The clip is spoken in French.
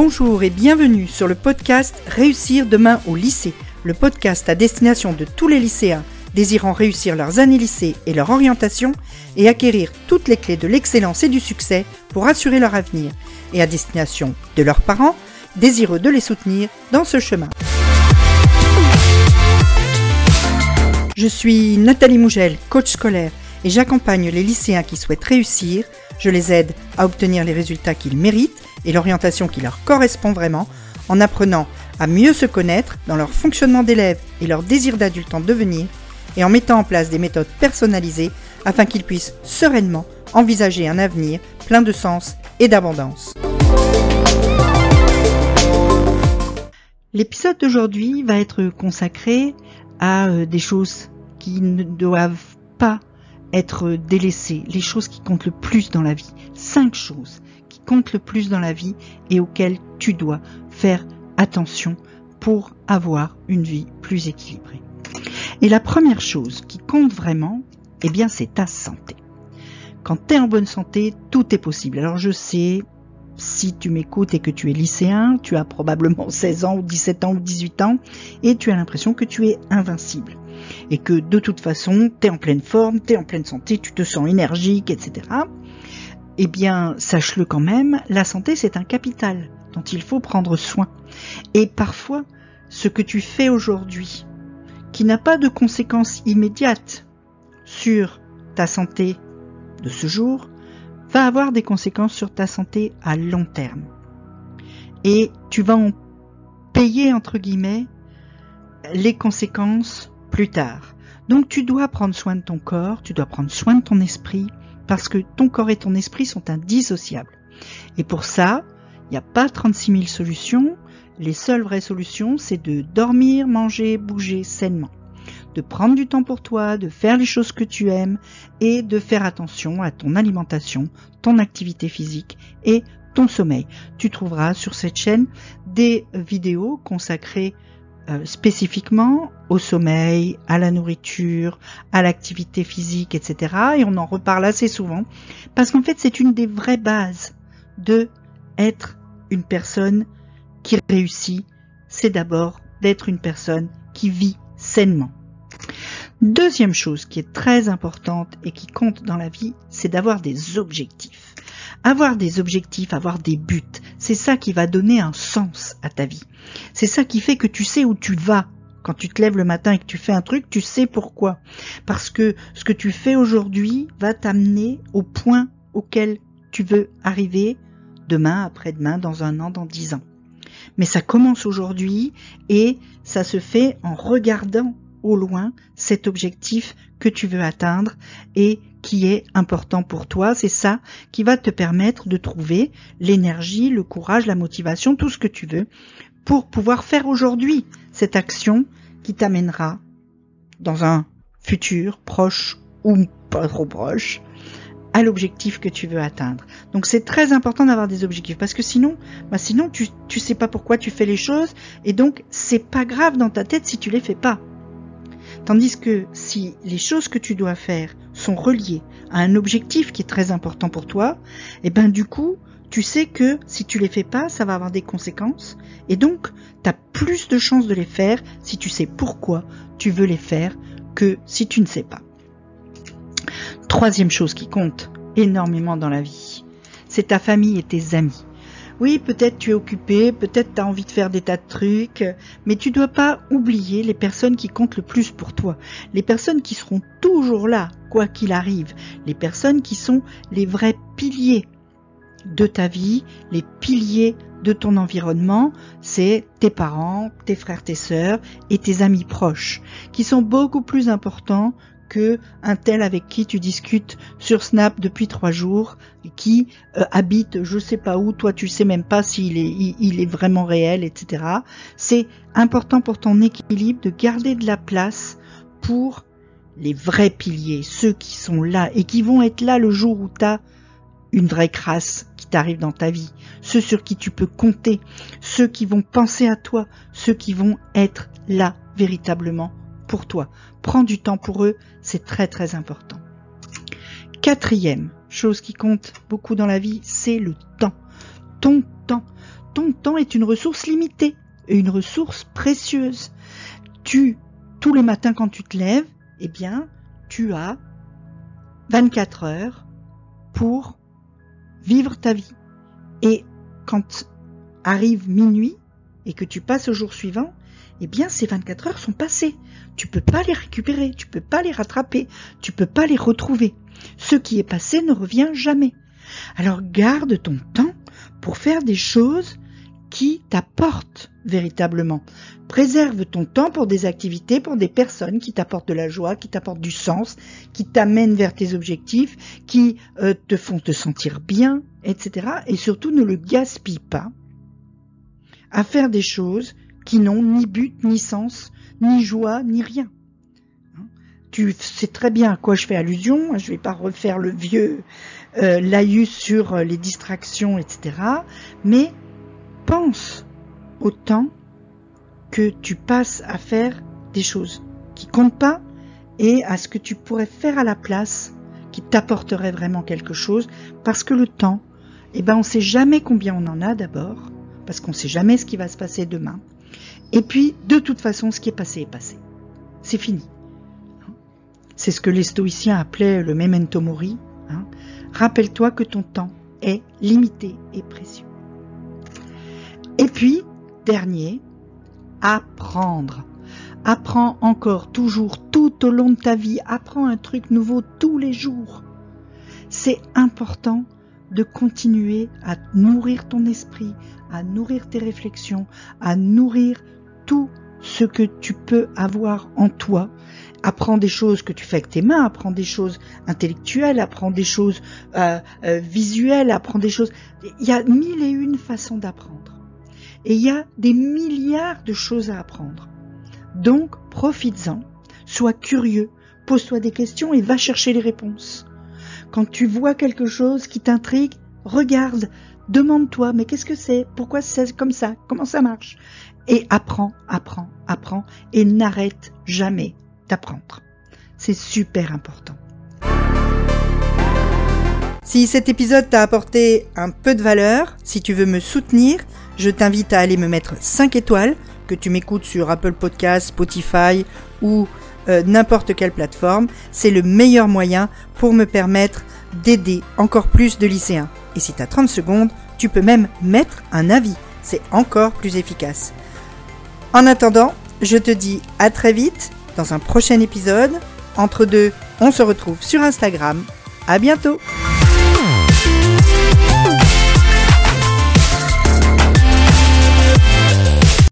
Bonjour et bienvenue sur le podcast Réussir demain au lycée, le podcast à destination de tous les lycéens désirant réussir leurs années lycée et leur orientation et acquérir toutes les clés de l'excellence et du succès pour assurer leur avenir, et à destination de leurs parents désireux de les soutenir dans ce chemin. Je suis Nathalie Mougel, coach scolaire, et j'accompagne les lycéens qui souhaitent réussir. Je les aide à obtenir les résultats qu'ils méritent et l'orientation qui leur correspond vraiment, en apprenant à mieux se connaître dans leur fonctionnement d'élève et leur désir d'adulte en devenir, et en mettant en place des méthodes personnalisées afin qu'ils puissent sereinement envisager un avenir plein de sens et d'abondance. L'épisode d'aujourd'hui va être consacré à des choses qui ne doivent pas être délaissées, les choses qui comptent le plus dans la vie. 5 choses qui comptent le plus dans la vie et auxquelles tu dois faire attention pour avoir une vie plus équilibrée. Et la première chose qui compte vraiment, c'est ta santé. Quand tu es en bonne santé, tout est possible. Alors je sais, si tu m'écoutes et que tu es lycéen, tu as probablement 16 ans ou 17 ans ou 18 ans et tu as l'impression que tu es invincible. Et que de toute façon, tu es en pleine forme, tu es en pleine santé, tu te sens énergique, etc. Sache-le quand même, la santé c'est un capital dont il faut prendre soin. Et parfois, ce que tu fais aujourd'hui, qui n'a pas de conséquences immédiates sur ta santé de ce jour, va avoir des conséquences sur ta santé à long terme. Et tu vas en payer, entre guillemets, les conséquences plus tard. Donc tu dois prendre soin de ton corps, tu dois prendre soin de ton esprit, parce que ton corps et ton esprit sont indissociables. Et pour ça, il n'y a pas 36 000 solutions. Les seules vraies solutions, c'est de dormir, manger, bouger sainement. De prendre du temps pour toi, de faire les choses que tu aimes et de faire attention à ton alimentation, ton activité physique et ton sommeil. Tu trouveras sur cette chaîne des vidéos consacrées spécifiquement au sommeil, à la nourriture, à l'activité physique, etc. Et on en reparle assez souvent parce qu'en fait, c'est une des vraies bases de être une personne qui réussit. C'est d'abord d'être une personne qui vit sainement. Deuxième chose qui est très importante et qui compte dans la vie, c'est d'avoir des objectifs. Avoir des objectifs, avoir des buts, c'est ça qui va donner un sens à ta vie. C'est ça qui fait que tu sais où tu vas. Quand tu te lèves le matin et que tu fais un truc, tu sais pourquoi. Parce que ce que tu fais aujourd'hui va t'amener au point auquel tu veux arriver demain, après-demain, dans 1 an, dans 10 ans. Mais ça commence aujourd'hui et ça se fait en regardant au loin cet objectif que tu veux atteindre et qui est important pour toi. C'est ça qui va te permettre de trouver l'énergie, le courage, la motivation, tout ce que tu veux pour pouvoir faire aujourd'hui cette action qui t'amènera dans un futur proche ou pas trop proche à l'objectif que tu veux atteindre. Donc c'est très important d'avoir des objectifs parce que sinon tu sais pas pourquoi tu fais les choses et donc c'est pas grave dans ta tête si tu les fais pas. Tandis que si les choses que tu dois faire sont reliées à un objectif qui est très important pour toi, du coup, tu sais que si tu les fais pas, ça va avoir des conséquences. Et donc, tu as plus de chances de les faire si tu sais pourquoi tu veux les faire que si tu ne sais pas. Troisième chose qui compte énormément dans la vie, c'est ta famille et tes amis. Oui, peut-être tu es occupé, peut-être tu as envie de faire des tas de trucs, mais tu dois pas oublier les personnes qui comptent le plus pour toi. Les personnes qui seront toujours là, quoi qu'il arrive. Les personnes qui sont les vrais piliers de ta vie, les piliers de ton environnement, c'est tes parents, tes frères, tes sœurs et tes amis proches, qui sont beaucoup plus importants que un tel avec qui tu discutes sur Snap depuis 3 jours, qui habite je sais pas où, toi tu sais même pas s'il est vraiment réel, etc. C'est important pour ton équilibre de garder de la place pour les vrais piliers, ceux qui sont là et qui vont être là le jour où tu as une vraie crasse qui t'arrive dans ta vie, ceux sur qui tu peux compter, ceux qui vont penser à toi, ceux qui vont être là véritablement pour toi. Prends du temps pour eux, c'est très très important. 4e chose qui compte beaucoup dans la vie, c'est le temps. Ton temps. ton temps est une ressource limitée et une ressource précieuse. Tous les matins quand tu te lèves, eh bien, tu as 24 heures pour vivre ta vie. Et quand arrive minuit et que tu passes au jour suivant, eh bien, ces 24 heures sont passées. Tu peux pas les récupérer, tu peux pas les rattraper, tu peux pas les retrouver. Ce qui est passé ne revient jamais. Alors, garde ton temps pour faire des choses qui t'apportent véritablement. Préserve ton temps pour des activités, pour des personnes qui t'apportent de la joie, qui t'apportent du sens, qui t'amènent vers tes objectifs, qui te font te sentir bien, etc. Et surtout, ne le gaspille pas à faire des choses qui n'ont ni but, ni sens, ni joie, ni rien. Tu sais très bien à quoi je fais allusion, je ne vais pas refaire le vieux laïus sur les distractions, etc. Mais pense au temps que tu passes à faire des choses qui comptent pas et à ce que tu pourrais faire à la place qui t'apporterait vraiment quelque chose, parce que le temps, on ne sait jamais combien on en a d'abord, parce qu'on ne sait jamais ce qui va se passer demain. Et puis, de toute façon, ce qui est passé est passé. C'est fini. C'est ce que les stoïciens appelaient le memento mori. Rappelle-toi que ton temps est limité et précieux. Et puis, dernier, apprendre. Apprends encore, toujours, tout au long de ta vie. Apprends un truc nouveau tous les jours. C'est important de continuer à nourrir ton esprit, à nourrir tes réflexions, à nourrir tout ce que tu peux avoir en toi. Apprends des choses que tu fais avec tes mains, apprends des choses intellectuelles, apprends des choses visuelles, apprends des choses... Il y a 1001 façons d'apprendre. Et il y a des milliards de choses à apprendre. Donc, profites-en, sois curieux, pose-toi des questions et va chercher les réponses. Quand tu vois quelque chose qui t'intrigue, regarde, demande-toi, mais qu'est-ce que c'est? Pourquoi c'est comme ça? Comment ça marche? Et apprends, et n'arrête jamais d'apprendre. C'est super important. Si cet épisode t'a apporté un peu de valeur, si tu veux me soutenir, je t'invite à aller me mettre 5 étoiles, que tu m'écoutes sur Apple Podcasts, Spotify ou n'importe quelle plateforme. C'est le meilleur moyen pour me permettre d'aider encore plus de lycéens. Et si tu as 30 secondes, tu peux même mettre un avis. C'est encore plus efficace. En attendant, je te dis à très vite dans un prochain épisode. Entre deux, on se retrouve sur Instagram. À bientôt!